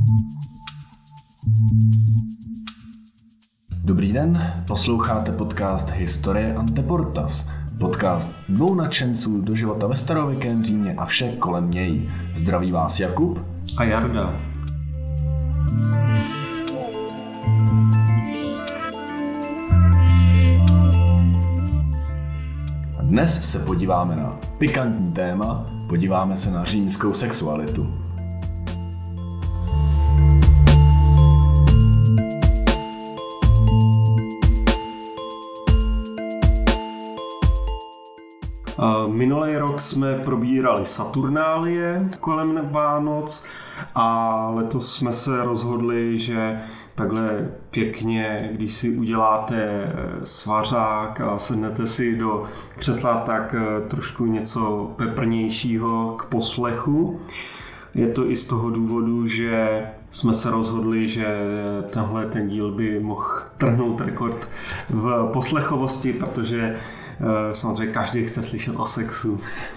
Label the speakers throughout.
Speaker 1: Dobrý den, posloucháte podcast Historie Anteportas, podcast dvou nadšenců do života ve starověkém Římě a vše kolem něj. Zdraví vás Jakub
Speaker 2: a Jarda.
Speaker 1: Dnes se podíváme na pikantní téma, podíváme se na římskou sexualitu.
Speaker 2: Minulý rok jsme probírali Saturnálie kolem Vánoc a letos jsme se rozhodli, že takhle pěkně, když si uděláte svařák a sednete si do křesla, tak trošku něco peprnějšího k poslechu. Je to i z toho důvodu, že jsme se rozhodli, že tenhle ten díl by mohl trhnout rekord v poslechovosti, protože samozřejmě každý chce slyšet o sexu.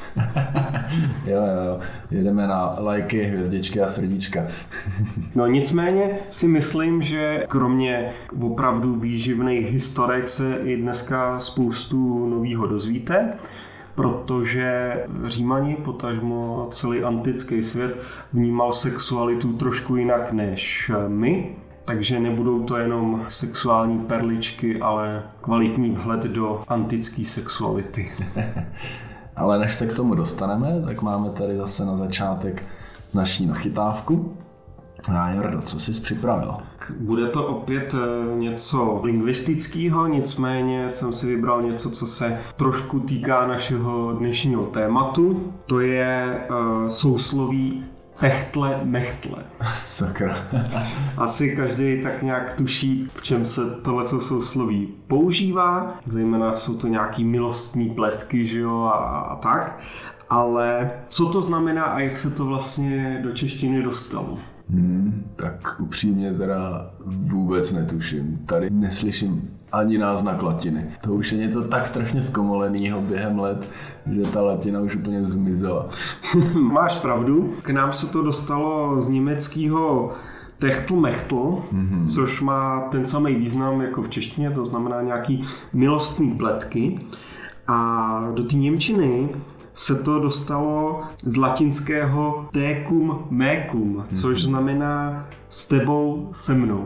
Speaker 1: Jo, jedeme na lajky, hvězdičky a srdíčka.
Speaker 2: No nicméně si myslím, že kromě opravdu výživných historek se i dneska spoustu novýho dozvíte, protože Římani, potažmo celý antický svět, vnímal sexualitu trošku jinak než my. Takže nebudou to jenom sexuální perličky, ale kvalitní vhled do antické sexuality.
Speaker 1: Ale než se k tomu dostaneme, tak máme tady zase na začátek naší nachytávku. A Jardo, co jsi připravil?
Speaker 2: Bude to opět něco lingvistického, nicméně jsem si vybral něco, co se trošku týká našeho dnešního tématu. To je sousloví techtle mechtle.
Speaker 1: Sakra.
Speaker 2: Asi každý tak nějak tuší, v čem se tohleto sousloví používá. Zejména jsou to nějaký milostní pletky, že jo, a tak. Ale co to znamená a jak se to vlastně do češtiny dostalo?
Speaker 1: Tak upřímně teda vůbec netuším. Tady neslyším ani náznak latiny. To už je něco tak strašně zkomolenýho během let, že ta latina už úplně zmizela.
Speaker 2: Máš pravdu. K nám se to dostalo z německého techtle-mechtl, což má ten samý význam jako v češtině, to znamená nějaký milostní pletky. A do té němčiny se to dostalo z latinského tecum mecum, což znamená s tebou, se mnou.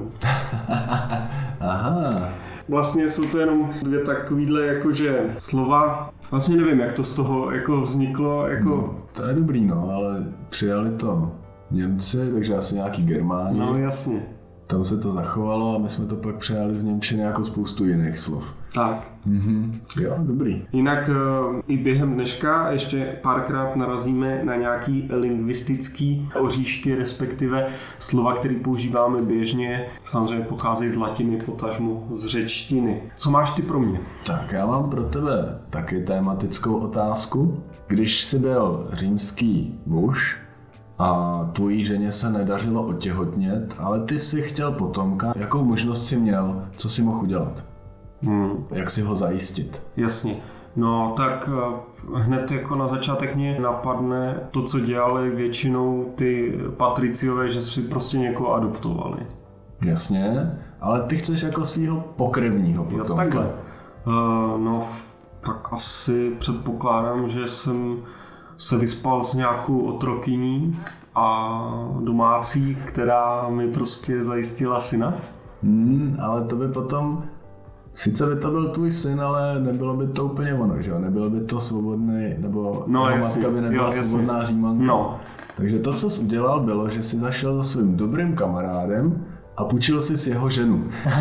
Speaker 1: Aha.
Speaker 2: Vlastně jsou to jenom dvě takovýhle jakože slova. Vlastně nevím, jak to z toho jako vzniklo. Jako...
Speaker 1: To je dobrý, no, ale přijali to Němci, takže asi nějaký Germáni.
Speaker 2: No jasně.
Speaker 1: Tam se to zachovalo a my jsme to pak přijali z němčiny jako spoustu jiných slov.
Speaker 2: Tak.
Speaker 1: Jo, dobrý.
Speaker 2: Jinak i během dneška ještě párkrát narazíme na nějaký lingvistický oříšky, respektive slova, které používáme běžně. Samozřejmě pocházejí z latiny, potažmo z řečtiny. Co máš ty pro mě?
Speaker 1: Tak já mám pro tebe taky tématickou otázku. Když jsi byl římský muž a tvojí ženě se nedařilo otěhotnět, ale ty si chtěl potomka, jakou možnost jsi měl, co jsi mohl udělat? Jak si ho zajistit?
Speaker 2: Jasně. No tak hned jako na začátek mě napadne to, co dělali většinou ty patriciové, že si prostě někoho adoptovali.
Speaker 1: Jasně, ale ty chceš jako svýho pokrevního potomka.
Speaker 2: Jo, takhle. No tak asi předpokládám, že jsem se vyspal s nějakou otrokyní a domácí, která mi prostě zajistila syna.
Speaker 1: Ale to by potom, sice by to byl tvůj syn, ale nebylo by to úplně ono, že jo? Nebylo by to svobodný, nebo matka by nebyla svobodná Římanka. No. Takže to, co jsi udělal, bylo, že jsi zašel za svým dobrým kamarádem a půjčil jsi si jeho ženu.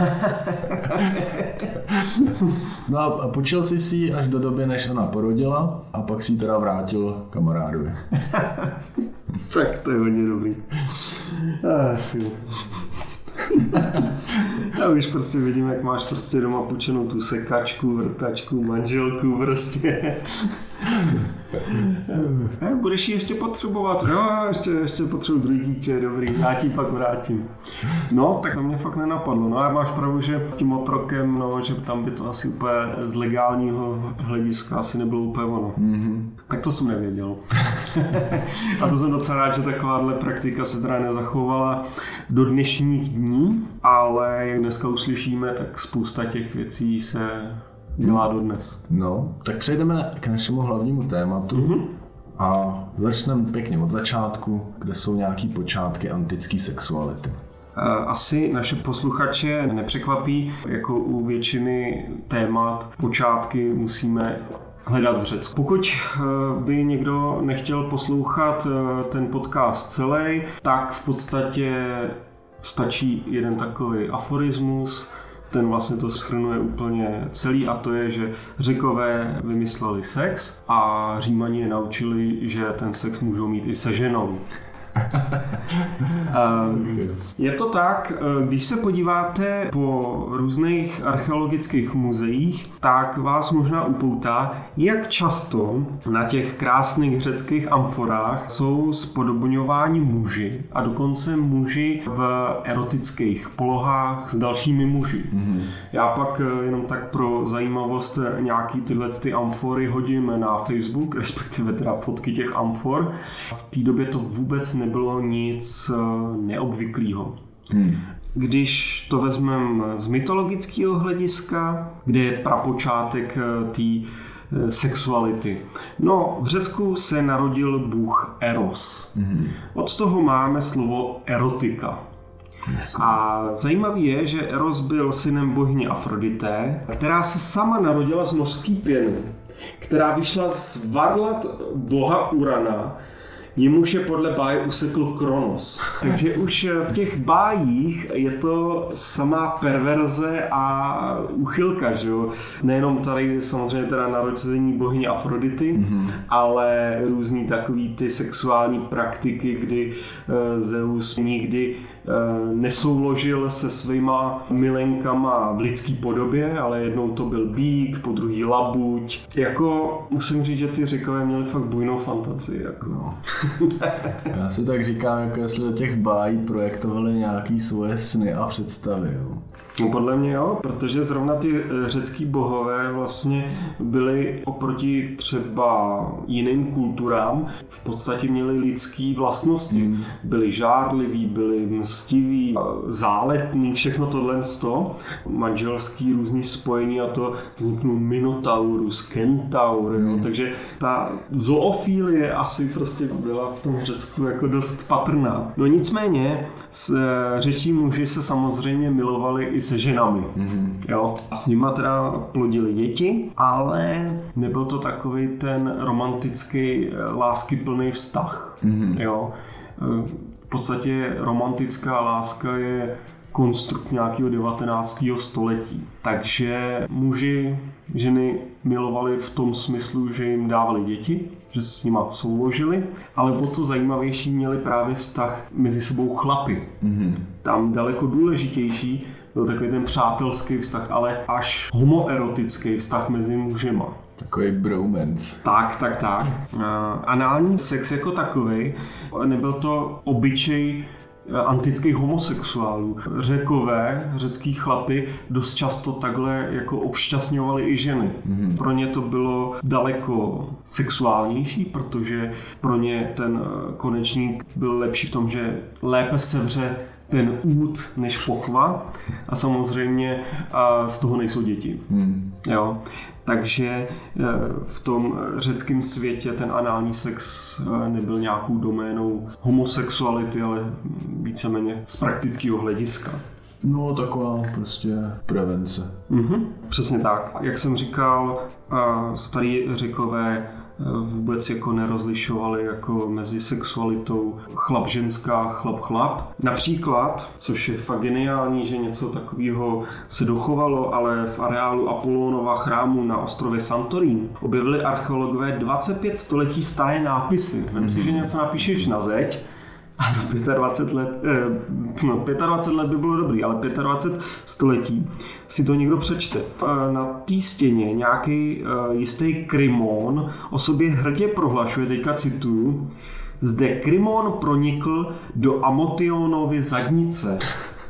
Speaker 1: No a půjčil jsi si ji až do doby, než ona porodila a pak si ji teda vrátil kamarádovi.
Speaker 2: Tak to je hodně dobrý. Já už prostě vidím, jak máš prostě doma půjčenou tu sekačku, vrtačku, manželku prostě. Budeš ji ještě potřebovat? Jo, ještě potřebuji druhý dítě, dobrý, já ti pak vrátím. No, tak to mě fakt nenapadlo. No a máš pravdu, že s tím otrokem, no, že tam by to asi úplně z legálního hlediska asi nebylo úplně ono. Tak to jsem nevěděl. A to jsem docela rád, že takováhle praktika se teda nezachovala do dnešních dní, ale jak dneska uslyšíme, tak spousta těch věcí se dělá dodnes.
Speaker 1: No, tak přejdeme k našemu hlavnímu tématu a začneme pěkně od začátku, kde jsou nějaký počátky antické sexuality.
Speaker 2: Asi naše posluchače nepřekvapí, jako u většiny témat počátky musíme hledat v Řecku. Pokud by někdo nechtěl poslouchat ten podcast celý, tak v podstatě stačí jeden takový aforismus, ten vlastně to shrnuje úplně celý, a to je, že Řekové vymysleli sex a Římani je naučili, že ten sex můžou mít i se ženou. Je to tak, když se podíváte po různých archeologických muzeích, tak vás možná upoutá, jak často na těch krásných řeckých amforách jsou spodobňováni muži a dokonce muži v erotických polohách s dalšími muži. Já pak jenom tak pro zajímavost nějaký tyhle ty amfory hodím na Facebook, respektive teda fotky těch amfor. V té době to vůbec nebylo nic neobvyklého. Když to vezmeme z mytologického hlediska, kde je prapočátek té sexuality. No, v Řecku se narodil bůh Eros. Od toho máme slovo erotika. A zajímavý je, že Eros byl synem bohyně Afrodité, která se sama narodila z mořské pěny, která vyšla z varlat boha Urana, jemuž je podle báje usekl Kronos. Takže už v těch bájích je to samá perverze a úchylka, že jo? Nejenom tady samozřejmě teda narození bohyně Afrodity, ale různý takový ty sexuální praktiky, kdy Zeus nikdy nesouložil se svýma milenkama v lidský podobě, ale jednou to byl býk, po druhý labuť. Jako musím říct, že ty Řekové měli fakt bujnou fantazii. Jako.
Speaker 1: No. Já si tak říkám, jako jestli do těch bájí projektovali nějaký svoje sny a představy. Jo.
Speaker 2: No podle mě jo, protože zrovna ty řecký bohové vlastně byli oproti třeba jiným kulturám, v podstatě měli lidský vlastnosti. Byli žárliví, byli mstiví, záletní, všechno tohle manželský různý spojení, a to vzniknul Minotaurus, Kentaur, jo. Takže ta zoofílie asi prostě byla v tom Řecku jako dost patrná. No nicméně řečtí muži se samozřejmě milovali i se ženami. Jo. S nima teda plodili děti, ale nebyl to takový ten romantický, láskyplný vztah. Jo. V podstatě romantická láska je konstrukt nějakého 19. století. Takže muži ženy milovali v tom smyslu, že jim dávali děti, že s nima souložili, ale o to zajímavější měli právě vztah mezi sebou chlapy. Tam daleko důležitější byl takový ten přátelský vztah, ale až homoerotický vztah mezi mužema.
Speaker 1: Takový bromance.
Speaker 2: Tak. Anální sex jako takovej, nebyl to obyčej antických homosexuálů. Řekové, řecký chlapy dost často takhle jako obšťastňovali i ženy. Pro ně to bylo daleko sexuálnější, protože pro ně ten konečník byl lepší v tom, že lépe sevře ten úd než pochva, a samozřejmě z toho nejsou děti. Jo. Takže v tom řeckém světě ten anální sex nebyl nějakou doménou homosexuality, ale víceméně z praktického hlediska.
Speaker 1: No, taková prostě prevence.
Speaker 2: Přesně tak. Jak jsem říkal, starí Řekové vůbec jako nerozlišovali jako mezi sexualitou chlap-ženská, chlap-chlap. Například, což je fakt geniální, že něco takového se dochovalo, ale v areálu Apollónova chrámu na ostrově Santorín objevili archeologové 25 století staré nápisy. Vem si, že něco napíšeš na zeď, A za 25 let, 25 let by bylo dobrý, ale 25 století si to někdo přečte. Na té stěně nějaký jistý Krymon o sobě hrdě prohlašuje, teďka cituju, zde Krymon pronikl do Amotionovy zadnice.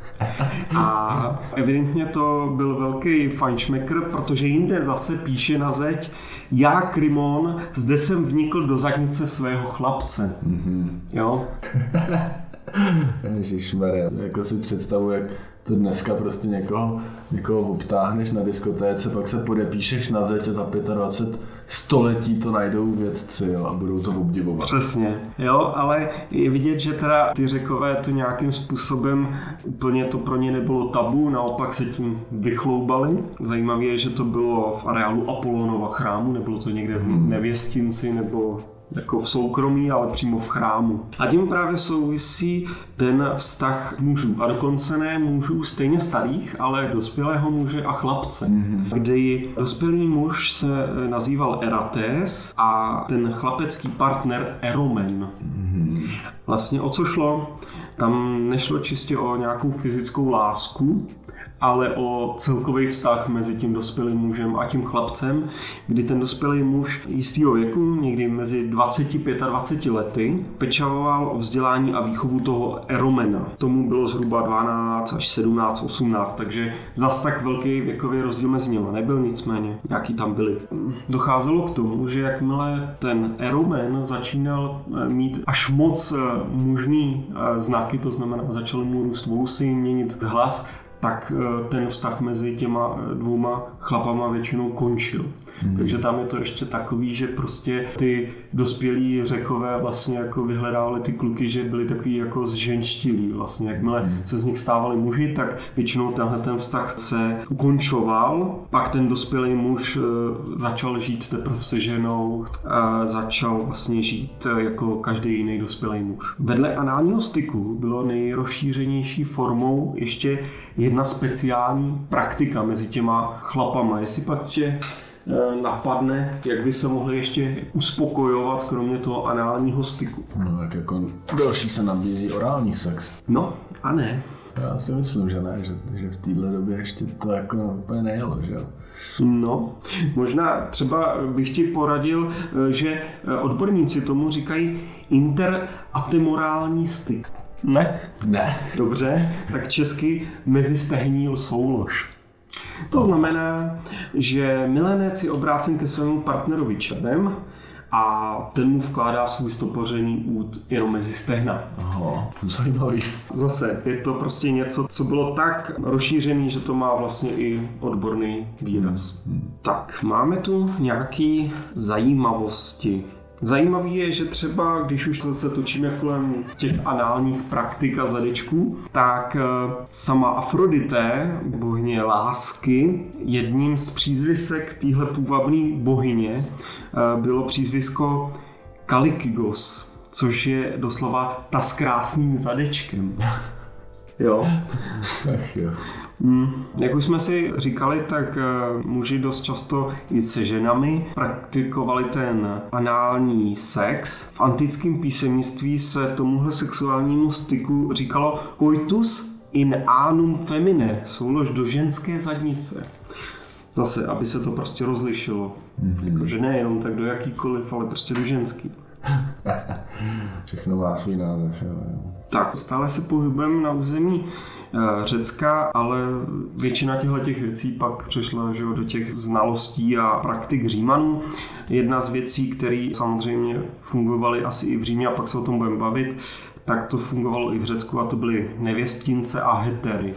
Speaker 2: A evidentně to byl velký fajnšmekr, protože jinde zase píše na zeď, já Krymon, zde jsem vnikl do zadnice svého chlapce. Jo?
Speaker 1: Ježišmarja, jako si představuji, jak to dneska prostě někoho obtáhneš na diskotéce, pak se podepíšeš na zeď a za 25 století to najdou vědci, jo, a budou to obdivovat.
Speaker 2: Přesně, jo, ale je vidět, že teda ty Řekové to nějakým způsobem úplně to pro ně nebylo tabu, naopak se tím vychloubali. Zajímavé je, že to bylo v areálu Apolonova chrámu, nebylo to někde v nevěstinci nebo jako v soukromí, ale přímo v chrámu. A tím právě souvisí ten vztah mužů. A dokonce ne mužů stejně starých, ale dospělého muže a chlapce. Kdy dospělý muž se nazýval Eratés a ten chlapecký partner Eromen. Vlastně o co šlo? Tam nešlo čistě o nějakou fyzickou lásku, ale o celkový vztah mezi tím dospělým mužem a tím chlapcem, kdy ten dospělý muž jistého věku, někdy mezi 20 a 25 lety, pečoval o vzdělání a výchovu toho Eromena. Tomu bylo zhruba 12 až 17, 18, takže zas tak velký věkový rozdíl mezi nimi nebyl, nicméně nějaký tam byly. Docházelo k tomu, že jakmile ten Eromen začínal mít až moc mužný znaky, to znamená začaly mu růst vousy, měnit hlas, tak ten vztah mezi těma dvouma chlapama většinou končil. Takže tam je to ještě takový, že prostě ty dospělí Řekové vlastně jako vyhledávali ty kluky, že byli takový jako zženštilí. Vlastně jakmile se z nich stávali muži, tak většinou tenhle ten vztah se ukončoval. Pak ten dospělý muž začal žít teprve se ženou, začal vlastně žít jako každý jiný dospělý muž. Vedle análního styku bylo nejrozšířenější formou ještě jedna speciální praktika mezi těma chlapama. Jestli pak tě napadne, jak by se mohli ještě uspokojovat, kromě toho análního styku.
Speaker 1: No tak jako další se nabízí orální sex.
Speaker 2: No a ne.
Speaker 1: Já si myslím, že ne, že v téhle době ještě to jako úplně nejelo, že jo.
Speaker 2: No, možná třeba bych ti poradil, že odborníci tomu říkají interatemorální styk. Ne?
Speaker 1: Ne.
Speaker 2: Dobře, tak česky mezistehní soulož. To znamená, že milenec je obrácen ke svému partnerovi čelem a ten mu vkládá svůj stopořený út jenom mezi stehna.
Speaker 1: Aha, zajímavý.
Speaker 2: Zase je to prostě něco, co bylo tak rozšířený, že to má vlastně i odborný výraz. Tak, máme tu nějaké zajímavosti. Zajímavý je, že třeba, když už se točíme kolem těch análních praktik a zadečků, tak sama Afrodité, bohyně lásky, jedním z přízvisek téhle půvabné bohyně bylo přízvisko Kalikygos, což je doslova ta s krásným zadečkem. Jo.
Speaker 1: Ach jo.
Speaker 2: Jak už jsme si říkali, tak muži dost často i se ženami praktikovali ten anální sex. V antickém písemnictví se tomuhle sexuálnímu styku říkalo coitus in anum femine, soulož do ženské zadnice. Zase, aby se to prostě rozlišilo. Jakože nejenom tak do jakýkoliv, ale prostě do ženský.
Speaker 1: Všechno má svůj název, jo.
Speaker 2: Tak, stále se pohybujeme na území Řecka, ale většina těch věcí pak přešla do těch znalostí a praktik Římanů. Jedna z věcí, které samozřejmě fungovaly asi i v Římě, a pak se o tom budeme bavit, tak to fungovalo i v Řecku, a to byly nevěstince a hetery.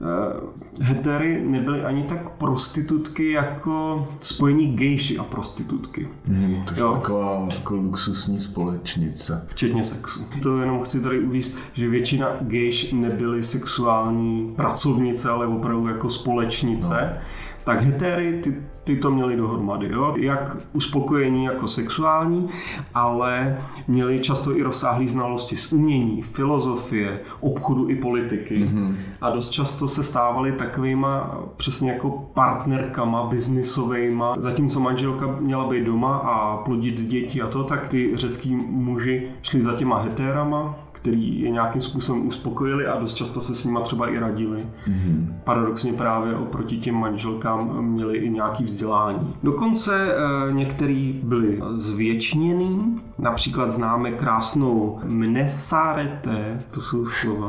Speaker 2: Hetery nebyly ani tak prostitutky jako spojení gejši a prostitutky.
Speaker 1: To je taková jako luxusní společnice.
Speaker 2: Včetně sexu. To jenom chci tady uvést, že většina gejš nebyly sexuální pracovnice, ale opravdu jako společnice. No. Tak hetery, ty to měly dohromady, jo? Jak uspokojení jako sexuální, ale měli často i rozsáhlé znalosti z umění, filozofie, obchodu i politiky. A dost často se stávaly takovýma přesně jako partnerkama biznisovejma. Zatímco manželka měla být doma a plodit děti a to, tak ty řecký muži šli za těma hetérama, který je nějakým způsobem uspokojili a dost často se s nima třeba i radili. Paradoxně právě oproti těm manželkám měli i nějaký vzdělání. Dokonce některý byli zvěčněný, například známe krásnou Mnesarete, to jsou slova.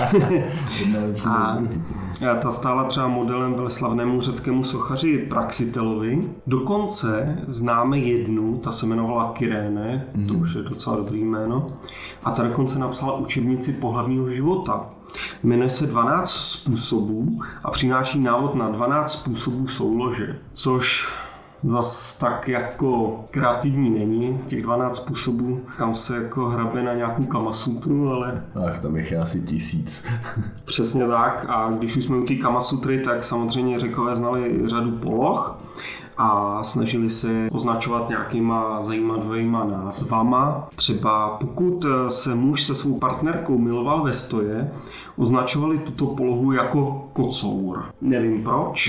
Speaker 2: A ta stála třeba modelem veleslavnému řeckému sochaři Praxitelovi. Dokonce známe jednu, ta se jmenovala Kyréne, to už je docela dobrý jméno, a ta dokonce napsala učebnici pohlavního života. Jmenuje se 12 způsobů a přináší návod na 12 způsobů soulože, což zas tak jako kreativní není, těch 12 způsobů, kam se jako hrabe na nějakou kamasutru, ale...
Speaker 1: Ach, tam je asi 1000.
Speaker 2: Přesně tak, a když už jsme u té kamasutry, tak samozřejmě Řekové znali řadu poloh a snažili se označovat nějakýma zajímavýma názvama. Třeba pokud se muž se svou partnerkou miloval ve stoje, označovali tuto polohu jako kocour. Nevím proč.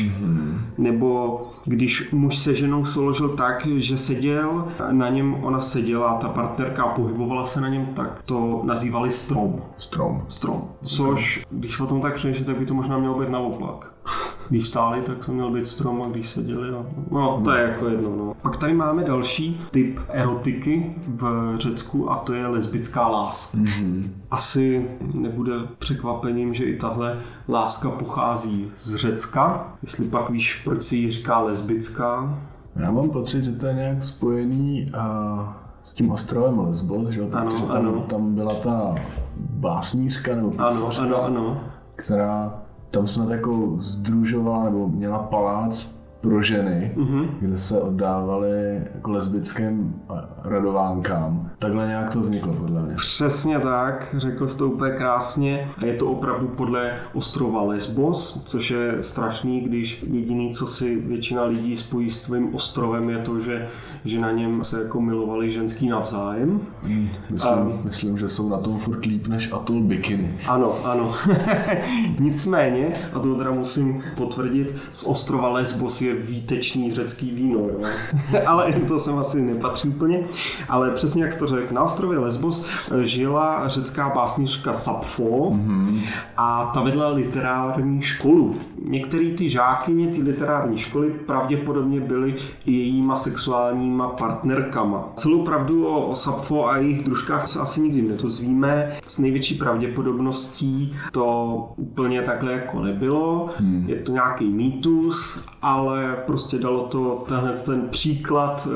Speaker 2: Nebo když muž se ženou souložil tak, že seděl, na něm ona seděla, ta partnerka a pohybovala se na něm, tak to nazývali strom. Strom. Což, když o tom tak přemýšlím, tak by to možná mělo být naopak. Když stáli, tak to měl být strom, a když seděli, no to je jako jedno. No. Pak tady máme další typ erotiky v Řecku a to je lesbická láska. Asi nebude překvapením, že i tahle láska pochází z Řecka. Jestli pak víš, proč se jí říká lesbická?
Speaker 1: Já mám pocit, že to je nějak spojený s tím ostrovem Lesbos, že?
Speaker 2: Ano.
Speaker 1: Tam byla ta básnířka nebo písařka, která tam snad jako sdružovala nebo měla palác pro ženy, kde se oddávaly jako lesbickým radovánkám. Takhle nějak to vzniklo podle mě.
Speaker 2: Přesně tak, řekl jsi to úplně krásně. A je to opravdu podle ostrova Lesbos, což je strašný, když jediný, co si většina lidí spojí s tvým ostrovem, je to, že na něm se jako milovali ženský navzájem.
Speaker 1: Myslím, že jsou na tom furt líp než atol Bikini.
Speaker 2: Ano. Nicméně, a to teda musím potvrdit, z ostrova Lesbos je výtečný řecký víno, jo. Ale to sem asi nepatří úplně. Ale přesně jak jsi to řekl, na ostrově Lesbos žila řecká básnířka Sapfo a ta vedla literární školu. Některé ty žákyně ty literární školy pravděpodobně byly i jejíma sexuálníma partnerkama. Celou pravdu o Sapfo a jejich družkách se asi nikdy nedozvíme. S největší pravděpodobností to úplně takhle jako nebylo. Je to nějaký mýtus, ale prostě dalo to ten příklad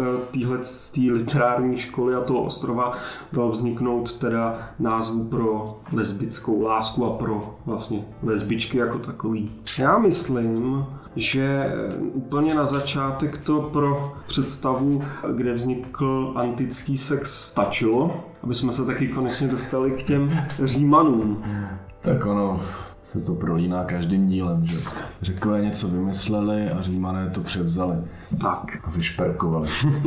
Speaker 2: té literární školy a toho ostrova dal vzniknout teda názvu pro lesbickou lásku a pro vlastně lesbičky jako takový. Já myslím, že úplně na začátek to pro představu, kde vznikl antický sex, stačilo, aby jsme se taky konečně dostali k těm Římanům.
Speaker 1: Tak ono se to prolíná každým dílem, že Řekové něco vymysleli a Římané to převzali.
Speaker 2: Tak.
Speaker 1: A vyšperkovali.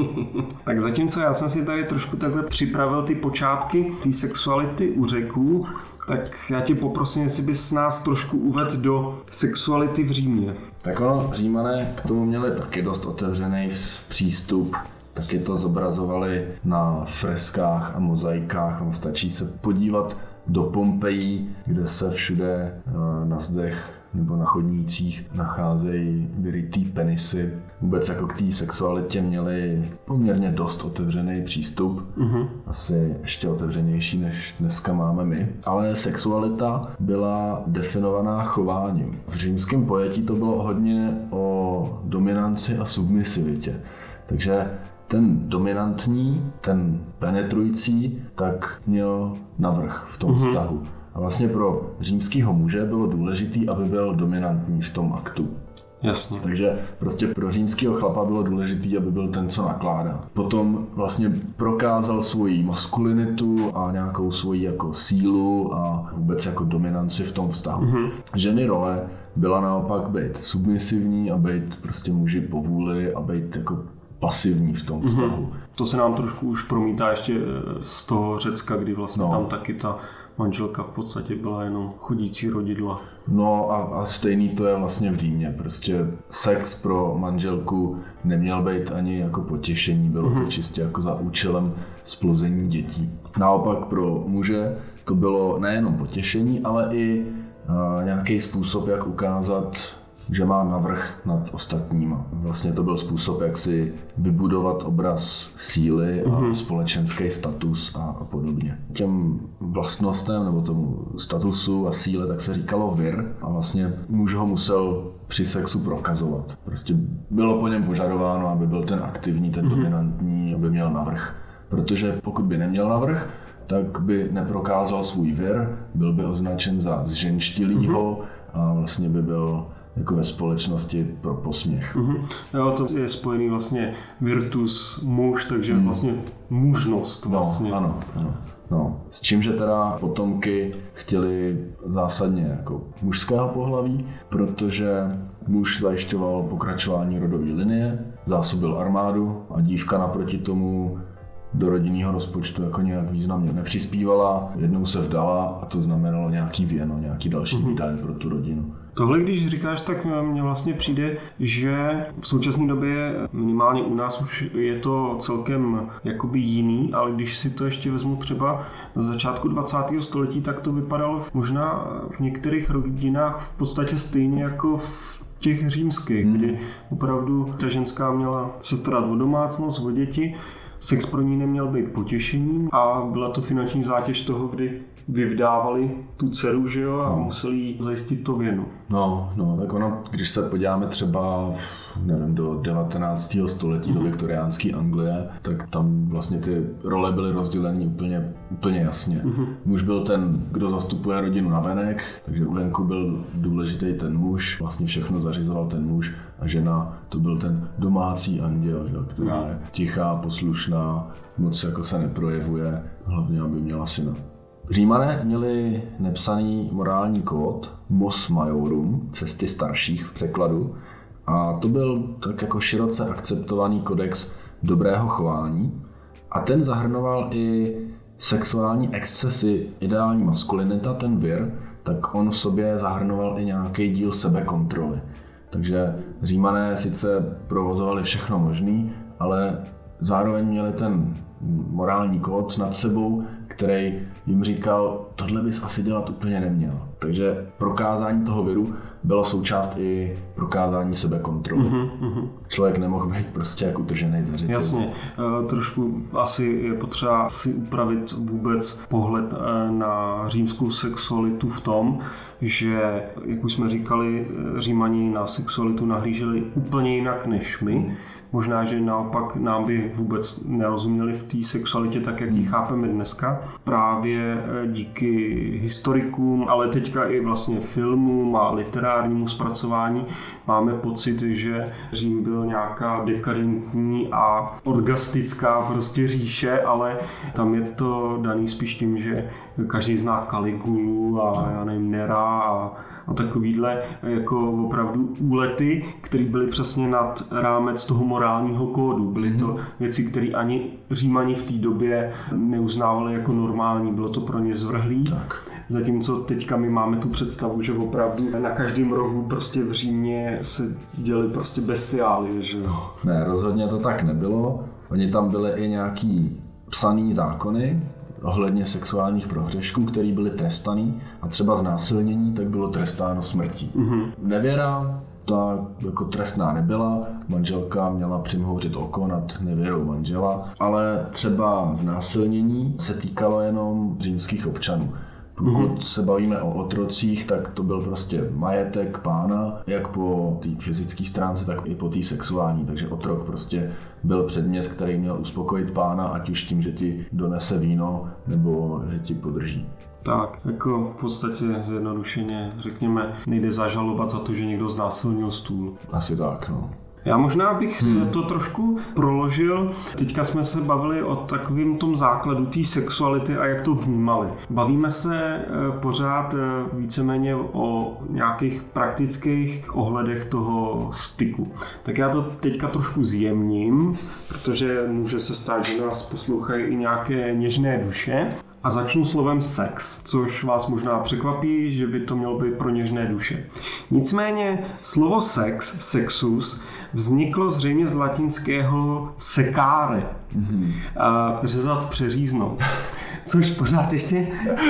Speaker 2: Tak zatímco já jsem si tady trošku takhle připravil ty počátky té sexuality u Řeků, tak já tě poprosím, jestli bys nás trošku uvedl do sexuality v Římě.
Speaker 1: Tak ono, Římané k tomu měli taky dost otevřený přístup. Taky to zobrazovali na freskách a mozaikách. Stačí se podívat do Pompejí, kde se všude na zdech nebo na chodnících nacházejí vyrytý penisy. Vůbec jako k té sexualitě měli poměrně dost otevřený přístup. Asi ještě otevřenější, než dneska máme my. Ale sexualita byla definovaná chováním. V římském pojetí to bylo hodně o dominanci a submisivitě. Takže ten dominantní, ten penetrující, tak měl navrch v tom vztahu. A vlastně pro římského muže bylo důležité, aby byl dominantní v tom aktu.
Speaker 2: Jasně.
Speaker 1: Takže prostě pro římského chlapa bylo důležité, aby byl ten, co nakládá. Potom vlastně prokázal svoji maskulinitu a nějakou svoji jako sílu a vůbec jako dominanci v tom vztahu. Ženy role byla naopak být submisivní a být prostě muži po vůli a být jako pasivní v tom vztahu.
Speaker 2: To se nám trošku už promítá ještě z toho Řecka, kdy vlastně tam taky ta manželka v podstatě byla jenom chodící rodidla.
Speaker 1: No a stejný to je vlastně v Římě. Prostě sex pro manželku neměl být ani jako potěšení, bylo to čistě jako za účelem splození dětí. Naopak pro muže to bylo nejenom potěšení, ale i nějaký způsob, jak ukázat, že má navrch nad ostatníma. Vlastně to byl způsob, jak si vybudovat obraz síly a společenský status a podobně. Těm vlastnostem nebo tomu statusu a síle tak se říkalo vir a vlastně muž ho musel při sexu prokazovat. Prostě bylo po něm požadováno, aby byl ten aktivní, ten dominantní, aby měl navrch. Protože pokud by neměl navrch, tak by neprokázal svůj vir, byl by označen za zženštilýho a vlastně by byl jako ve společnosti pro posměch.
Speaker 2: Jo, to je spojený vlastně virtus muž, takže vlastně mužnost vlastně.
Speaker 1: No, ano. No, s čím, že teda potomky chtěli zásadně jako mužského pohlaví, protože muž zajišťoval pokračování rodové linie, zásobil armádu a dívka naproti tomu do rodinného rozpočtu jako nějak významně nepřispívala, jednou se vdala a to znamenalo nějaký věno, nějaký další výdaje pro tu rodinu.
Speaker 2: Tohle, když říkáš, tak mně vlastně přijde, že v současné době minimálně u nás už je to celkem jakoby jiný, ale když si to ještě vezmu třeba na začátku 20. století, tak to vypadalo možná v některých rodinách v podstatě stejně jako v těch římských, kdy opravdu ta ženská měla se starat o domácnost, o děti, sex pro ní neměl být potěšením a byla to finanční zátěž toho, kdy vyvdávali tu dceru, že jo, a museli jí zajistit to věno.
Speaker 1: No, tak ono, když se podíváme třeba, nevím, do 19. století, do viktoriánské Anglie, tak tam vlastně ty role byly rozděleny úplně jasně. Muž byl ten, kdo zastupuje rodinu navenek, takže venku byl důležitý ten muž, vlastně všechno zařizoval ten muž a žena to byl ten domácí anděl, že, která je tichá, poslušná, moc jako se neprojevuje, hlavně aby měla syna. Římané měli nepsaný morální kód Mos Maiorum, cesty starších v překladu, a to byl tak jako široce akceptovaný kodex dobrého chování a ten zahrnoval i sexuální excesy, ideální maskulinita, ten vir, tak on v sobě zahrnoval i nějaký díl sebekontroly. Takže Římané sice provozovali všechno možný, ale zároveň měli ten morální kód nad sebou, který jim říkal, tohle bys asi dělat úplně neměl. Takže prokázání toho viru byla součást i prokázání sebekontroly. Člověk nemohl být prostě jak utržený ze řetězu.
Speaker 2: Jasně, trošku asi je potřeba si upravit vůbec pohled na římskou sexualitu v tom, že, jak už jsme říkali, Římani na sexualitu nahlíželi úplně jinak než my. Možná, že naopak nám by vůbec nerozuměli v té sexualitě tak, jak ji chápeme dneska. Právě díky historikům, ale teďka i vlastně filmům a literárnímu zpracování máme pocit, že Řím byl nějaká dekadentní a orgastická prostě říše, ale tam je to daný spíš tím, že každý zná Kaligulu a já nevím, Nera a takovýhle jako opravdu úlety, které byly přesně nad rámec toho morálního kódu. Byly to věci, které ani Římani v té době neuznávali jako normální, bylo to pro ně zvrhlý.
Speaker 1: Tak.
Speaker 2: Zatímco teďka my máme tu představu, že opravdu na každém rohu prostě v Římě se děly prostě bestiálie, že jo?
Speaker 1: Ne, rozhodně to tak nebylo. Oni tam byly i nějaký psaný zákony ohledně sexuálních prohřešků, které byly trestaný a třeba znásilnění tak bylo trestáno smrtí. Nevěra ta jako trestná nebyla, manželka měla přimhouřit oko nad nevěrou manžela, ale třeba znásilnění se týkalo jenom římských občanů. Pokud se bavíme o otrocích, tak to byl prostě majetek pána, jak po té fyzické stránce, tak i po té sexuální. Takže otrok prostě byl předmět, který měl uspokojit pána, ať už tím, že ti donese víno, nebo že ti podrží.
Speaker 2: Tak, jako v podstatě zjednodušeně, řekněme, nejde zažalovat za to, že někdo znásilnil stůl.
Speaker 1: Asi tak, no.
Speaker 2: Já možná bych to trošku proložil. Teďka jsme se bavili o takovém tom základu té sexuality a jak to vnímali. Bavíme se pořád víceméně o nějakých praktických ohledech toho styku. Tak já to teďka trošku zjemním, protože může se stát, že nás poslouchají i nějaké něžné duše. A začnu slovem sex, což vás možná překvapí, že by to mělo být pro něžné duše. Nicméně slovo sex, sexus, vzniklo zřejmě z latinského secare, řezat, přeříznout. což pořád ještě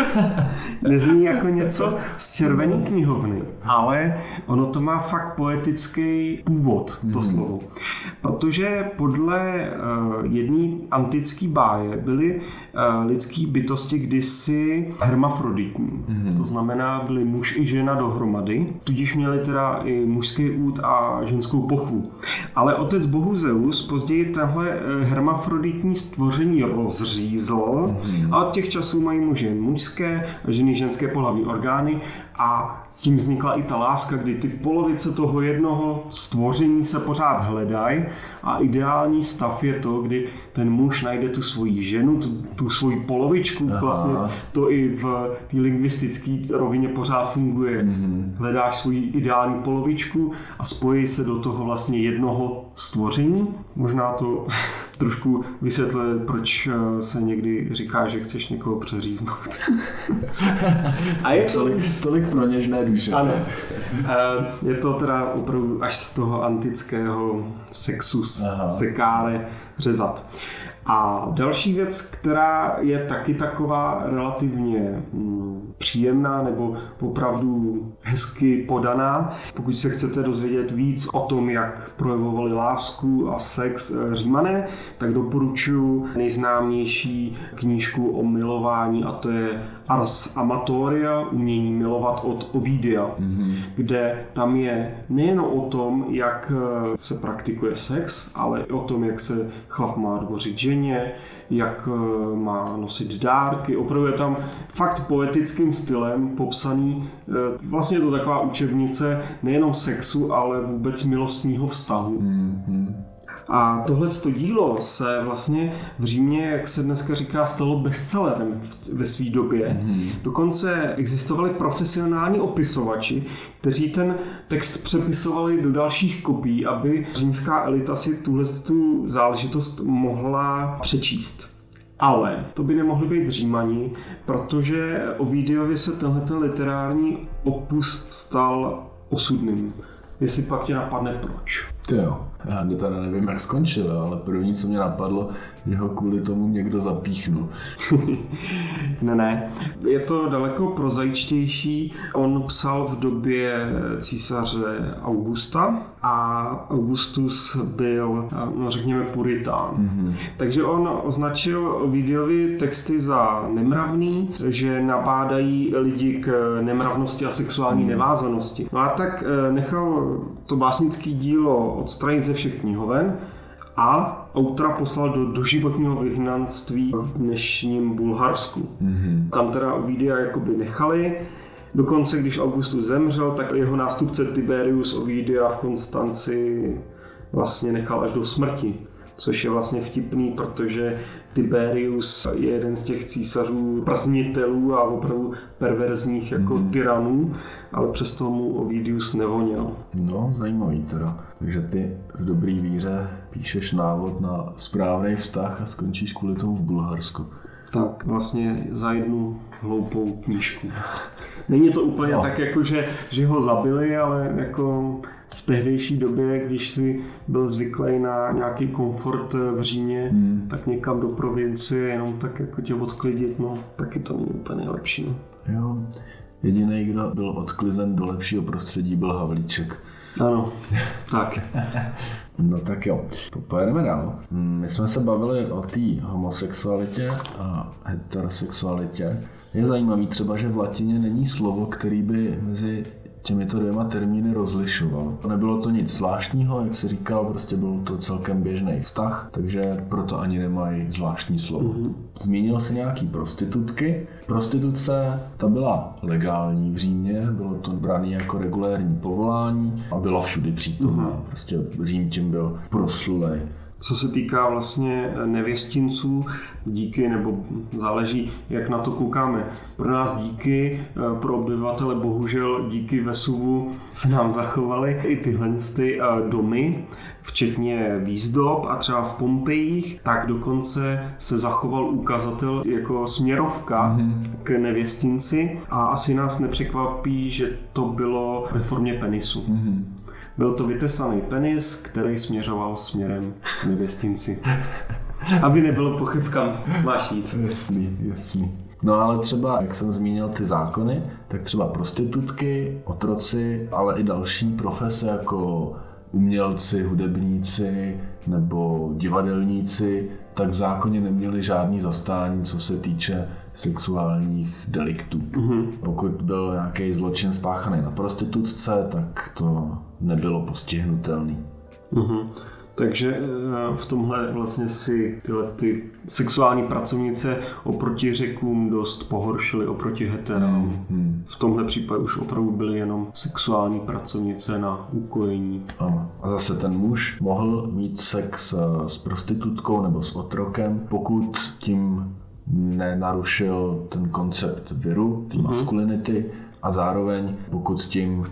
Speaker 2: nezní jako něco z červené knihovny, ale ono to má fakt poetický původ, to slovo. Protože podle jedné antické báje byly lidské bytosti kdysi hermafroditní. To znamená, byli muž i žena dohromady, tudíž měli teda i mužský úd a ženskou pochvu. Ale otec bohu Zeus později tenhle hermafroditní stvoření rozřízl a od těch časů mají muži mužské a ženy ženské pohlavní orgány a tím vznikla i ta láska, kdy ty polovice toho jednoho stvoření se pořád hledají a ideální stav je to, kdy ten muž najde tu svoji ženu, tu svoji polovičku, vlastně to i v té lingvistické rovině pořád funguje. Hledáš svoji ideální polovičku a spojí se do toho vlastně jednoho stvoření. Možná to trošku vysvětluje, proč se někdy říká, že chceš někoho přeříznout.
Speaker 1: A je to tolik pro něžné duše.
Speaker 2: Ano. Je to teda opravdu až z toho antického sexus, sekáre, řezat. A další věc, která je taky taková relativně příjemná nebo opravdu hezky podaná, pokud se chcete dozvědět víc o tom, jak projevovali lásku a sex Římané, tak doporučuji nejznámější knížku o milování a to je Ars Amatoria, umění milovat od Ovidia, kde tam je nejen o tom, jak se praktikuje sex, ale i o tom, jak se chlap má dvořit ženě, jak má nosit dárky. Opravdu je tam fakt poetickým stylem popsaný. Vlastně je to taková učebnice nejenom sexu, ale vůbec milostního vztahu. A tohleto dílo se vlastně v Římě, jak se dneska říká, stalo bestsellerem ve své době. Dokonce existovali profesionální opisovači, kteří ten text přepisovali do dalších kopií, aby římská elita si tuhletu záležitost mohla přečíst. Ale to by nemohli být Římani, protože Ovidiovi se tenhle literární opus stal osudným. Jestli pak tě napadne proč.
Speaker 1: Jo, já teda nevím, jak skončil, ale první, co mě napadlo, že ho kvůli tomu někdo zapíchnul.
Speaker 2: Ne, je to daleko prozaičtější. On psal v době císaře Augusta a Augustus byl, no řekněme, puritán. Takže on označil Ovidiovi texty za nemravný, že nabádají lidi k nemravnosti a sexuální nevázanosti. No a tak nechal to básnické dílo odstranit ze všech knihoven a autora poslal do doživotního vyhnanství v dnešním Bulharsku. Tam teda Ovidia jakoby nechali. Dokonce, když Augustus zemřel, tak jeho nástupce Tiberius Ovidia v Konstanci vlastně nechal až do smrti. Což je vlastně vtipný, protože Tiberius je jeden z těch císařů praznitelů a opravdu perverzních jako tyranů, ale přesto mu Ovidius nevoněl.
Speaker 1: No, zajímavý teda. Takže ty v dobrý víře píšeš návod na správný vztah a skončíš kvůli tomu v Bulharsku.
Speaker 2: Tak, vlastně za jednu hloupou knížku. Není to úplně tak, jako že ho zabili, ale jako v tehdejší době, když si byl zvyklý na nějaký komfort v Římě, tak někam do provincie, jenom tak jako tě odklidit, no taky to není úplně nejlepší.
Speaker 1: Jo, jediný, kdo byl odklizen do lepšího prostředí, byl Havlíček.
Speaker 2: Ano, tak.
Speaker 1: No tak jo, pojedeme dál. My jsme se bavili o té homosexualitě a heterosexualitě. Je zajímavý třeba, že v latině není slovo, který by mezi těmito dvěma termíny rozlišoval. Nebylo to nic zvláštního, jak si říkal, prostě byl to celkem běžný vztah, takže proto ani nemají zvláštní slovo. Zmínil si nějaký prostitutky. Prostituce, ta byla legální v Římě, bylo to brané jako regulérní povolání a byla všudy přítomná. Prostě Řím tím byl proslulej.
Speaker 2: Co se týká vlastně nevěstinců, díky, nebo záleží, jak na to koukáme. Pro nás díky, pro obyvatele bohužel díky Vesuvu se nám zachovaly i tyhle domy, včetně výzdob a třeba v Pompejích, tak dokonce se zachoval ukazatel jako směrovka k nevěstinci a asi nás nepřekvapí, že to bylo ve formě penisu. Byl to vytesaný penis, který směřoval směrem k nevěstinci. Aby nebylo pochyb, kam máš jít.
Speaker 1: Jasný. No ale třeba, jak jsem zmínil ty zákony, tak třeba prostitutky, otroci, ale i další profese jako umělci, hudebníci nebo divadelníci, tak v zákoně neměli žádný zastání, co se týče sexuálních deliktů. Pokud byl nějaký zločin spáchaný na prostitutce, tak to nebylo postihnutelné.
Speaker 2: Takže v tomhle vlastně si ty sexuální pracovnice oproti Řekům dost pohoršily oproti heterám. V tomhle případě už opravdu byly jenom sexuální pracovnice na ukojení.
Speaker 1: Ano. A zase ten muž mohl mít sex s prostitutkou nebo s otrokem, pokud tím nenarušil ten koncept viru, té maskulinity, a zároveň pokud tím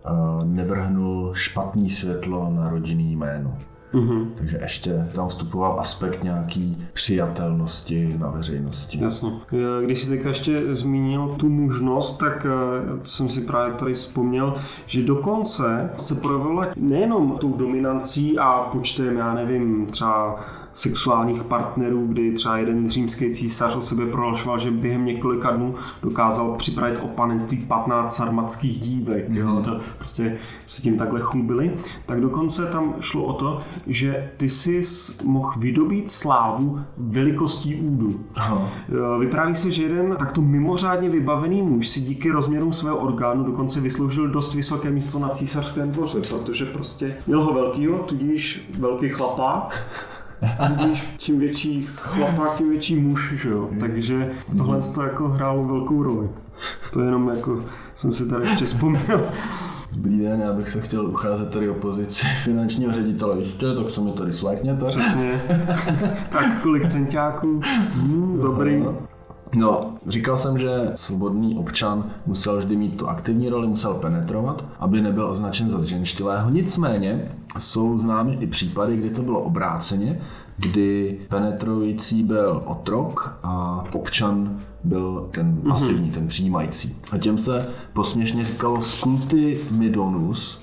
Speaker 1: nevrhnul špatný světlo na rodinný jméno. Takže ještě tam vstupoval aspekt nějaký přijatelnosti na veřejnosti.
Speaker 2: Jasně. Když si teďka ještě zmínil tu mužnost, tak jsem si právě tady vzpomněl, že dokonce se projevila nejenom tou dominancí a počtem, já nevím, třeba sexuálních partnerů, kdy třeba jeden římský císař o sobě prohlašoval, že během několika dnů dokázal připravit o panenství 15 sarmatských dívek. To prostě se tím takhle chlubili. Tak dokonce tam šlo o to, že ty jsi mohl vydobít slávu velikostí údu. Vypráví se, že jeden takto mimořádně vybavený muž si díky rozměrům svého orgánu dokonce vysloužil dost vysoké místo na císařském dvoře, protože prostě měl ho velkýho, tudíž velký chlapák. Tudíž čím větší chlapák, tím větší muž, že jo? Takže tohle to jako hrálo velkou roli. To jenom jako jsem si tady ještě vzpomněl.
Speaker 1: Dobrý den, já bych se chtěl ucházet tady o pozici finančního ředitele. Víte, tak se mi tady slékněte.
Speaker 2: Přesně. Tak kolik centiáků? Dobrý.
Speaker 1: No, říkal jsem, že svobodný občan musel vždy mít tu aktivní roli, musel penetrovat, aby nebyl označen za ženštilého. Nicméně jsou známy i případy, kdy to bylo obráceně, kdy penetrující byl otrok a občan byl ten pasivní, ten přijímající. A těm se posměšně říkalo scultimidonus.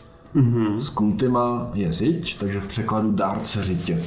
Speaker 1: Scultima je řiď, takže v překladu dárce řitě.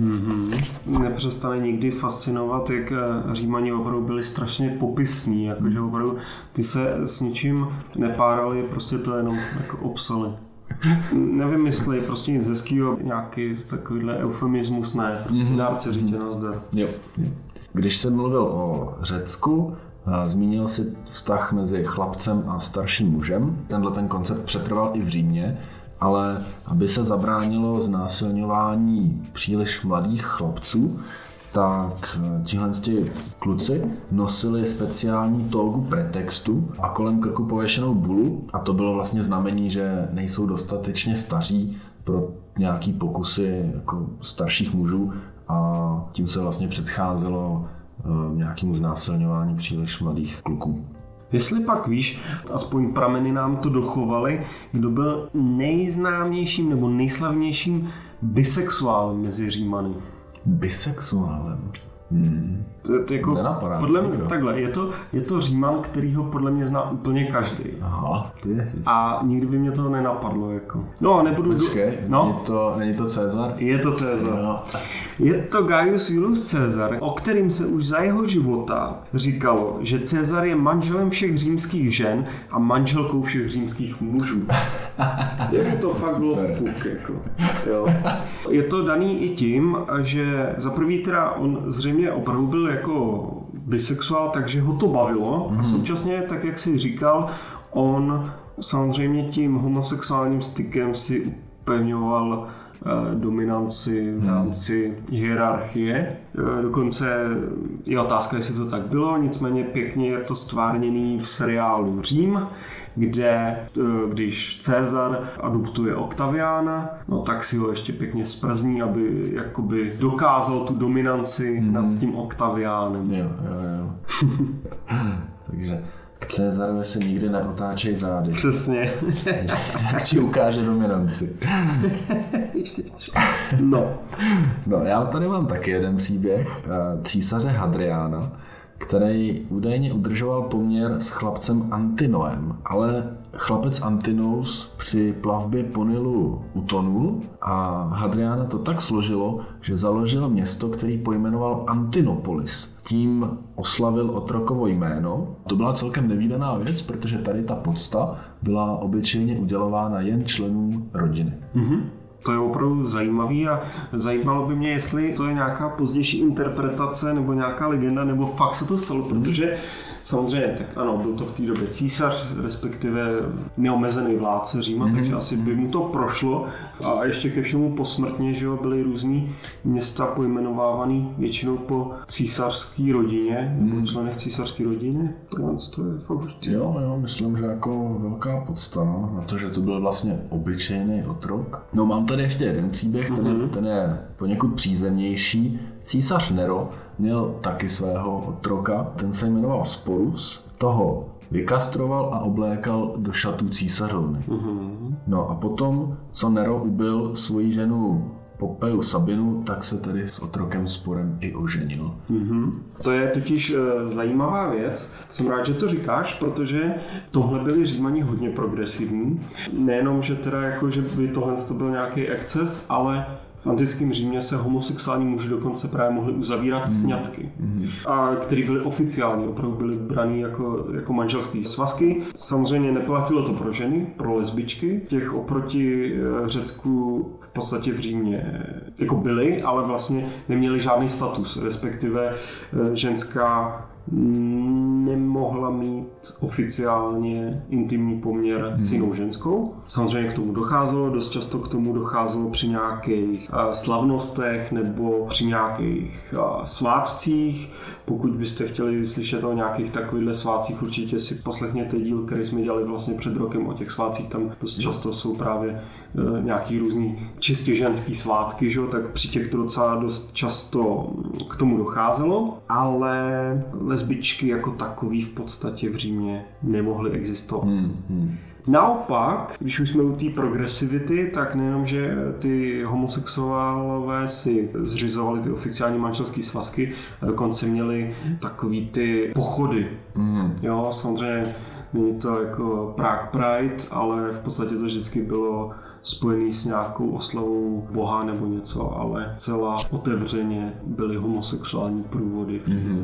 Speaker 2: Nepřestane nikdy fascinovat, jak Římani opravdu byli strašně popisní, jakože opravdu ty se s ničím nepárali, prostě to jenom jako obsali. Nevymyslej prostě nic hezkýho, nějaký takovýhle eufemismus, ne, prostě dárce řitě, nazdar.
Speaker 1: Jo. Když jsem mluvil o Řecku, zmínil si vztah mezi chlapcem a starším mužem. Tenhle ten koncept přetrval i v Římě, ale aby se zabránilo znásilňování příliš mladých chlapců, tak tihle kluci nosili speciální tógu pretextu a kolem krku pověšenou bulu, a to bylo vlastně znamení, že nejsou dostatečně staří pro nějaký pokusy jako starších mužů, a tím se vlastně předcházelo nějakému znásilňování příliš mladých kluků.
Speaker 2: Jestli pak víš, aspoň prameny nám to dochovaly, kdo byl nejznámějším nebo nejslavnějším bisexuálem mezi Římany?
Speaker 1: Bisexuálem?
Speaker 2: To jako,
Speaker 1: nenapadá.
Speaker 2: Podle mě, takhle, je to Říman, který ho podle mě zná úplně každý.
Speaker 1: Aha,
Speaker 2: a nikdy by mě to nenapadlo. Jako. No, nebudu...
Speaker 1: Počkej, není to Cezar?
Speaker 2: Je to Cezar. No. Je to Gaius Julius Cezar, o kterým se už za jeho života říkalo, že Cezar je manželem všech římských žen a manželkou všech římských mužů. Jemu to fakt bylo fuk, jako. Jo. Je to daný i tím, že za prvý teda on zřejmě opravdu byl jako bisexuál, takže ho to bavilo. A současně, tak jak jsi říkal, on samozřejmě tím homosexuálním stykem si upevňoval dominanci v rámci hierarchie. Dokonce je otázka, jestli to tak bylo, nicméně pěkně je to stvárněný v seriálu Řím, kde když Cezar adoptuje Octaviana, no tak si ho ještě pěkně zprzní, aby jakoby dokázal tu dominanci nad tím Octavianem.
Speaker 1: Jo. Takže k Cezarovi se nikdy neotáčej zády.
Speaker 2: Přesně.
Speaker 1: Tak ti ukáže dominanci.
Speaker 2: No,
Speaker 1: já tady mám taky jeden příběh císaře Hadriána. který údajně udržoval poměr s chlapcem Antinoem, ale chlapec Antinous při plavbě po Nilu utonul a Hadriana to tak složilo, že založil město, který pojmenoval Antinopolis. Tím oslavil otrokovo jméno. To byla celkem nevídaná věc, protože tady ta pocta byla obyčejně udělována jen členům rodiny.
Speaker 2: Mm-hmm. To je opravdu zajímavý a zajímalo by mě, jestli to je nějaká pozdější interpretace nebo nějaká legenda, nebo fakt se to stalo, protože samozřejmě, tak ano, byl to v té době císař, respektive neomezený vládce Říma, takže asi by mu to prošlo. A ještě ke všemu posmrtně, že jo, byly různý města pojmenovávaný většinou po císařské rodině, nebo členech císařské rodiny. To je fakt
Speaker 1: Jo, myslím, že jako velká podsta, no, na to, že to byl vlastně obyčejný otrok. No, mám tady ještě jeden příběh, ten je poněkud přízemnější. Císař Nero měl taky svého otroka, ten se jmenoval Sporus, toho vykastroval a oblékal do šatů císařovny. No a potom, co Nero ubil svoji ženu Popeju Sabinu, tak se tedy s otrokem Sporem i oženil.
Speaker 2: To je totiž zajímavá věc. Jsem rád, že to říkáš, protože tohle byli Římani hodně progresivní. Nejenom, že teda jako, že by tohle to byl nějaký exces, ale v antickém Římě se homosexuální muži dokonce právě mohli uzavírat sňatky, a který byly oficiální, opravdu byly braný jako manželské svazky. Samozřejmě neplatilo to pro ženy, pro lesbičky. Těch oproti Řecku v podstatě v Římě jako byly, ale vlastně neměli žádný status, respektive ženská nemohla mít oficiálně intimní poměr s jinou ženskou. Samozřejmě k tomu docházelo, dost často k tomu docházelo při nějakých slavnostech nebo při nějakých svátcích. Pokud byste chtěli slyšet o nějakých takovýchhle svátcích, určitě si poslechněte díl, který jsme dělali vlastně před rokem o těch svátcích. Tam dost často jsou právě nějaký různý čistě ženský svátky, že? Tak při těch to docela dost často k tomu docházelo, ale lesbičky jako takový v podstatě v Římě nemohly existovat. Naopak, když už jsme u té progresivity, tak nejenom, že ty homosexuálové si zřizovali ty oficiální manželské svazky, a dokonce měli takový ty pochody. Jo, samozřejmě není to jako Prague Pride, ale v podstatě to vždycky bylo spojený s nějakou oslavou boha nebo něco, ale celá otevřeně byly homosexuální průvody.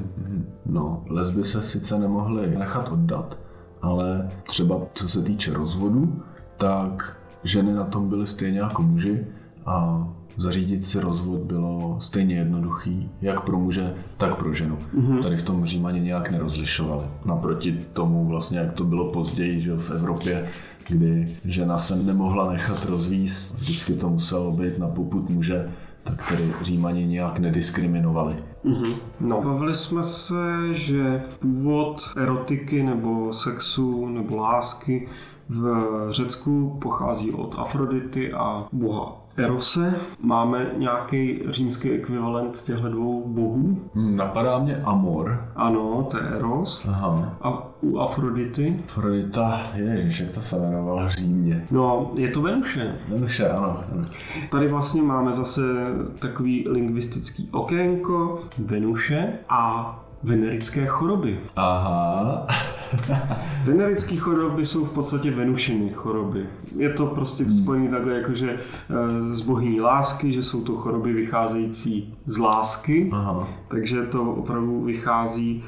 Speaker 1: No, lesby se sice nemohly nechat oddat, ale třeba co se týče rozvodu, tak ženy na tom byly stejně jako muži a zařídit si rozvod bylo stejně jednoduchý, jak pro muže, tak pro ženu. Tady v tom Římani nějak nerozlišovali. Naproti tomu vlastně, jak to bylo později, že v Evropě, kdy žena se nemohla nechat rozvízt, vždycky to muselo být na popud muže, tak tedy Římani nějak nediskriminovali.
Speaker 2: No, bavili jsme se, že původ erotiky nebo sexu nebo lásky v Řecku pochází od Afrodity a boha Erose. Máme nějaký římský ekvivalent těchto dvou bohů?
Speaker 1: Napadá mě Amor.
Speaker 2: Ano, to je Eros.
Speaker 1: Aha.
Speaker 2: A u Afrodity?
Speaker 1: Afrodita, ježiš, jak to se jmenovala v Římě.
Speaker 2: No, je to Venuše.
Speaker 1: Venuše, ano.
Speaker 2: Tady vlastně máme zase takový lingvistický okénko Venuše a venerické choroby.
Speaker 1: Aha.
Speaker 2: Venerické choroby jsou v podstatě Venušiny choroby. Je to prostě spojené takhle jakože z bohyní lásky, že jsou to choroby vycházející z lásky.
Speaker 1: Aha.
Speaker 2: Takže to opravdu vychází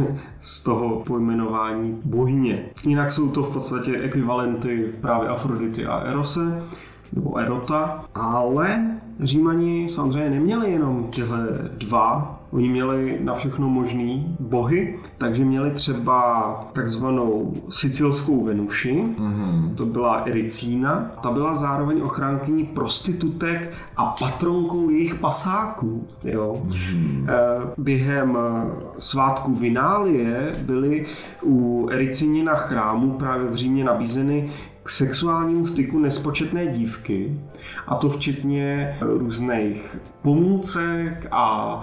Speaker 2: z toho pojmenování bohyně. Jinak jsou to v podstatě ekvivalenty právě Afrodity a Erose, nebo Erota, ale Římani samozřejmě neměli jenom tyhle dva. Oni měli na všechno možný bohy, takže měli třeba takzvanou sicilskou Venuši, to byla Ericína, ta byla zároveň ochránkyní prostitutek a patronkou jejich pasáků. Jo. Během svátku Vinálie byly u Ericínina chrámu právě v Římě nabízeny k sexuálnímu styku nespočetné dívky, a to včetně různých pomůcek a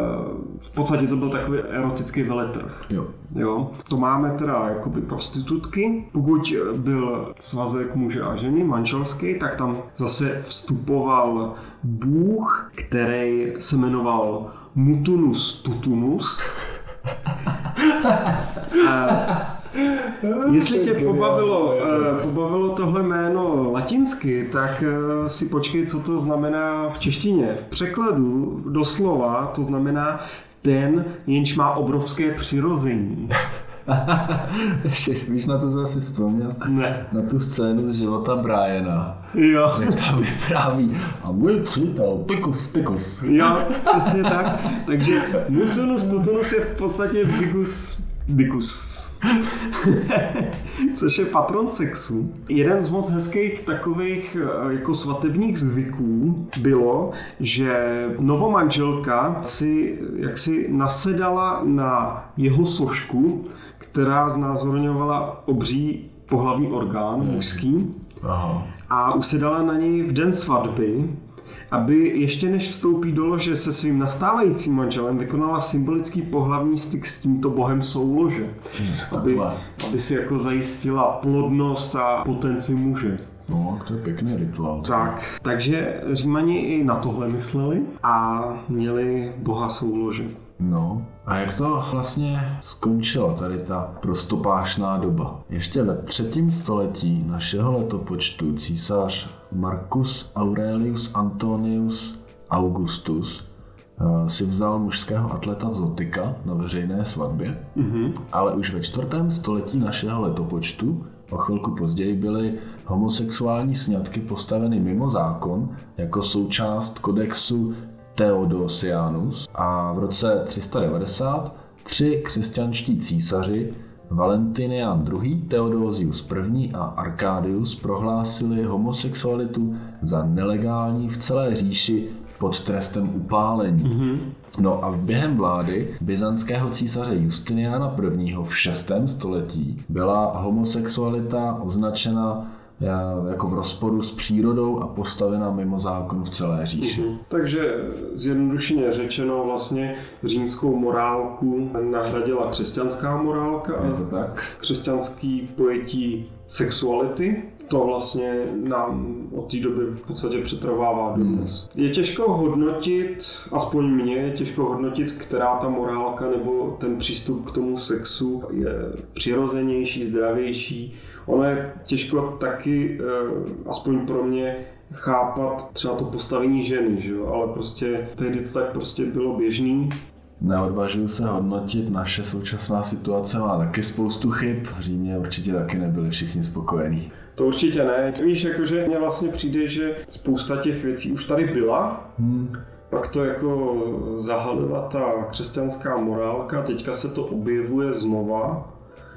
Speaker 2: v podstatě to byl takový erotický veletrh. Jo. To máme teda jakoby prostitutky. Pokud byl svazek muže a ženy, manželský, tak tam zase vstupoval bůh, který se jmenoval Mutunus Tutunus. Jestli tě pobavilo tohle jméno latinsky, tak si počkej, co to znamená v češtině. V překladu doslova to znamená ten, jenž má obrovské přirození.
Speaker 1: Víš, na to jsem si vzpomněl?
Speaker 2: Ne.
Speaker 1: Na tu scénu z života Briana.
Speaker 2: Jo.
Speaker 1: Jak tam vypráví a můj přítel, Picus.
Speaker 2: Jo, přesně tak. Takže Mutunus je v podstatě Dicus. Což je patron sexu. Jeden z moc hezkých takových jako svatebních zvyků bylo, že novomanželka si jaksi nasedala na jeho sošku, která znázorňovala obří pohlavní orgán mužský.
Speaker 1: Aha.
Speaker 2: A usedala na něj v den svatby, aby ještě než vstoupí do lože se svým nastávajícím manželem, vykonala symbolický pohlavní styk s tímto bohem soulože. Aby si jako zajistila plodnost a potenci muže.
Speaker 1: No, to je pěkný rituál.
Speaker 2: Takže Římani i na tohle mysleli a měli boha soulože.
Speaker 1: No, a jak to vlastně skončilo tady ta prostopášná doba? Ještě ve 3. století našeho letopočtu císař Marcus Aurelius Antonius Augustus si vzal mužského atleta Zotika na veřejné svatbě, ale už ve 4. století našeho letopočtu o chvilku později byly homosexuální sňatky postaveny mimo zákon jako součást kodexu Theodosianus a v roce 390 3 křesťanští císaři Valentinian II., Theodosius I. a Arcadius prohlásili homosexualitu za nelegální v celé říši pod trestem upálení. No a během vlády byzantského císaře Justiniana I. v 6. století byla homosexualita označena jako v rozporu s přírodou a postavena mimo zákon v celé říši.
Speaker 2: Takže zjednodušeně řečeno vlastně římskou morálku nahradila křesťanská morálka a křesťanský pojetí sexuality. To vlastně nám od té doby v podstatě přetrvává dnes. Je těžko hodnotit, aspoň mě je těžko hodnotit, která ta morálka nebo ten přístup k tomu sexu je přirozenější, zdravější. Ono je těžko taky, aspoň pro mě, chápat třeba to postavení ženy, že jo? Ale prostě tehdy to tak prostě bylo běžný.
Speaker 1: Neodvažuji se hodnotit, naše současná situace má taky spoustu chyb. V Římě určitě taky nebyli všichni spokojení.
Speaker 2: To určitě ne. Víš, jakože mně vlastně přijde, že spousta těch věcí už tady byla, pak to jako zahalila ta křesťanská morálka, teďka se to objevuje znova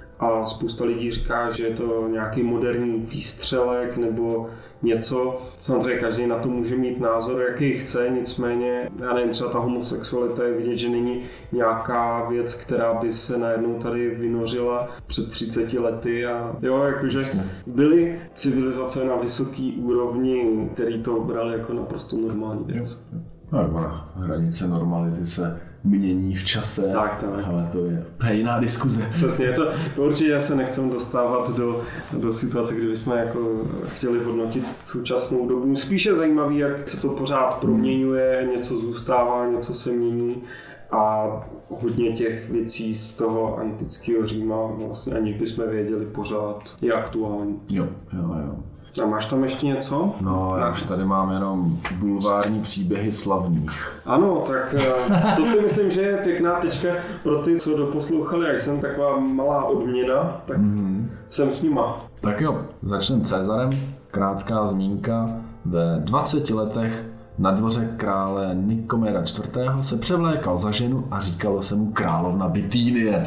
Speaker 2: a spousta lidí říká, že je to nějaký moderní výstřelek nebo něco. Samozřejmě každý na to může mít názor, jaký chce, nicméně, já nevím, třeba ta homosexualita je vidět, že není nějaká věc, která by se najednou tady vynořila před 30 lety a jo, jakože byly civilizace na vysoký úrovni, který to brali jako naprosto normální věc.
Speaker 1: Hranice normality se mění v čase, ale to je jiná diskuze.
Speaker 2: Přesně, to určitě se nechcem dostávat do situace, kdy bychom jako chtěli hodnotit současnou dobu. Spíš je zajímavý, jak se to pořád proměňuje, něco zůstává, něco se mění a hodně těch věcí z toho antického Říma vlastně aniž bychom věděli pořád je aktuální.
Speaker 1: Jo.
Speaker 2: A máš tam ještě něco?
Speaker 1: No, já už tady mám jenom bulvární příběhy slavných.
Speaker 2: Ano, tak to si myslím, že je pěkná tečka pro ty, co doposlouchali, jak jsem taková malá odměna, tak jsem s nima.
Speaker 1: Tak jo, začneme Cezarem. Krátká zmínka. Ve 20 letech na dvoře krále Nikomeda IV. Se převlékal za ženu a říkalo se mu královna Bitínie.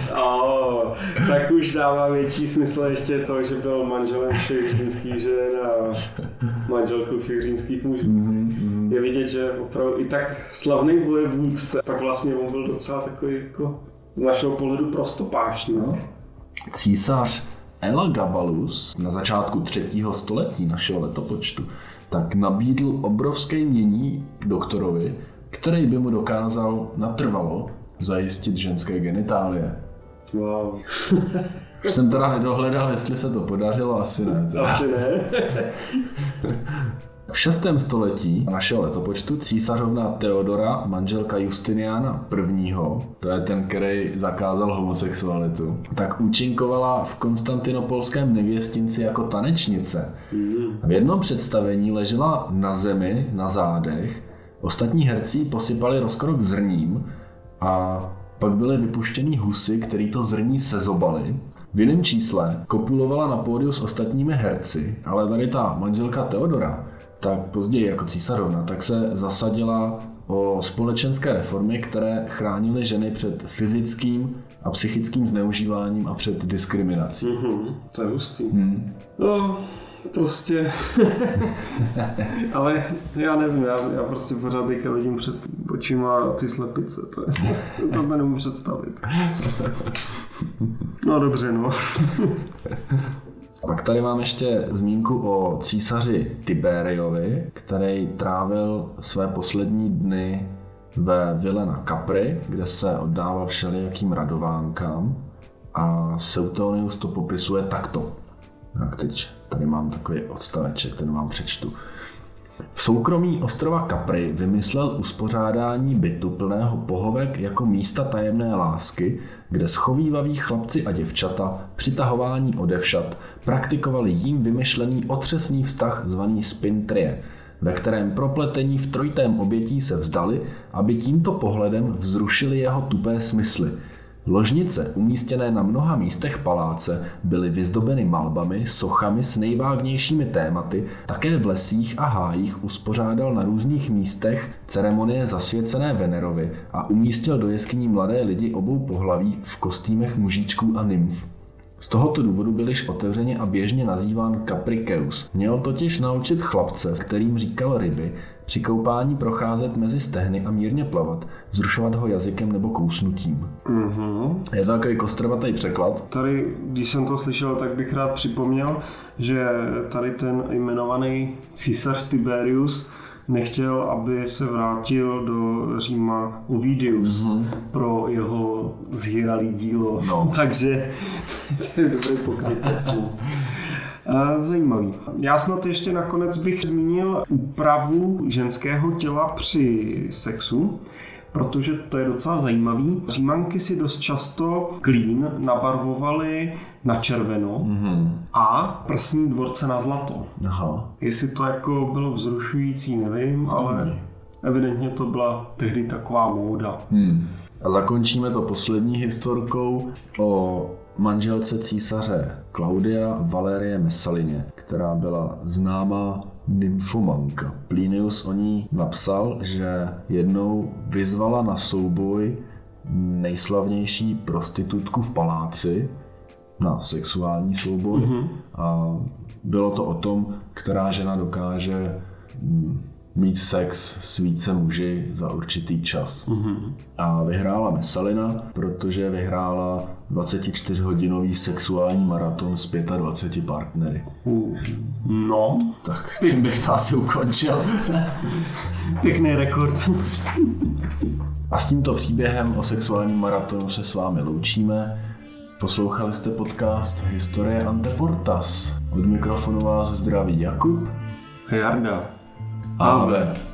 Speaker 2: Tak už dává větší smysl ještě to, že byl manželem všech římských žen a manželkou všech římských mužů. Je vidět, že opravdu i tak slavný vojevůdce, pak vlastně on byl docela takový jako z našeho pohledu prostopášný.
Speaker 1: Císař Elagabalus na začátku 3. století našeho letopočtu tak nabídl obrovské jmění doktorovi, který by mu dokázal natrvalo zajistit ženské genitálie.
Speaker 2: Wow.
Speaker 1: Už jsem teda nedohledal, jestli se to podařilo, asi ne.
Speaker 2: Asi ne.
Speaker 1: V 6. století našeho letopočtu císařovna Theodora, manželka Justiniana I., to je ten, který zakázal homosexualitu, tak účinkovala v konstantinopolském nevěstinci jako tanečnice. V jednom představení ležela na zemi, na zádech, ostatní herci posypali rozkrok zrním a pak byly vypuštěný husy, který to zrní sezobali. V jiném čísle kopulovala na pódiu s ostatními herci, ale tady ta manželka Theodora, tak později jako císařovna, tak se zasadila o společenské reformy, které chránily ženy před fyzickým a psychickým zneužíváním a před diskriminací.
Speaker 2: To je hustý. No, prostě, ale já nevím, já prostě pořád teďka vidím před očima ty slepice, to nemůžu představit. No dobře, no.
Speaker 1: Pak tady mám ještě zmínku o císaři Tiberiovi, který trávil své poslední dny ve vile na Capri, kde se oddával všelijakým radovánkám a Suetonius to popisuje takto. Tak teď tady mám takový odstaveček, ten vám přečtu. V soukromí ostrova Capri vymyslel uspořádání bytu plného pohovek jako místa tajemné lásky, kde schovývaví chlapci a děvčata, přitahování odevšad, praktikovali jím vymyšlený otřesný vztah zvaný spintrie, ve kterém propletení v trojitém obětí se vzdali, aby tímto pohledem vzrušili jeho tupé smysly. Ložnice, umístěné na mnoha místech paláce, byly vyzdobeny malbami, sochami s nejvágnějšími tématy, také v lesích a hájích uspořádal na různých místech ceremonie zasvěcené Venerovi a umístil do jeskyní mladé lidi obou pohlaví v kostýmech mužíčků a nymf. Z tohoto důvodu byl již otevřeně a běžně nazýván Capriceus. Měl totiž naučit chlapce, kterým říkal ryby, při koupání procházet mezi stehny a mírně plavat, vzrušovat ho jazykem nebo kousnutím. Je to takový kostrbatý překlad.
Speaker 2: Tady, když jsem to slyšel, tak bych rád připomněl, že tady ten jmenovaný císař Tiberius nechtěl, aby se vrátil do Říma Ovidius pro jeho zhýralý dílo. No. Takže to je dobrý pokrytec. Zajímavý. Já snad ještě nakonec bych zmínil úpravu ženského těla při sexu, protože to je docela zajímavý. Římanky si dost často klín nabarvovaly na červeno a prsní dvorce na zlato.
Speaker 1: Aha.
Speaker 2: Jestli to jako bylo vzrušující, nevím, ale evidentně to byla tehdy taková móda.
Speaker 1: A zakončíme to poslední historkou o manželce císaře Klaudia Valerie Messalině, která byla známá nymfomanka. Plinius o ní napsal, že jednou vyzvala na souboj nejslavnější prostitutku v paláci, na sexuální souboj. A bylo to o tom, která žena dokáže mít sex s více muži za určitý čas. A vyhrála Messalina, protože vyhrála 24-hodinový sexuální maraton s 25 partnery.
Speaker 2: No,
Speaker 1: tak tím bych to asi ukončil.
Speaker 2: Pěkný rekord.
Speaker 1: A s tímto příběhem o sexuálním maratonu se s vámi loučíme. Poslouchali jste podcast Historie Anteportas. Od mikrofonu vás zdraví Jakub.
Speaker 2: Jarda.
Speaker 1: Ave.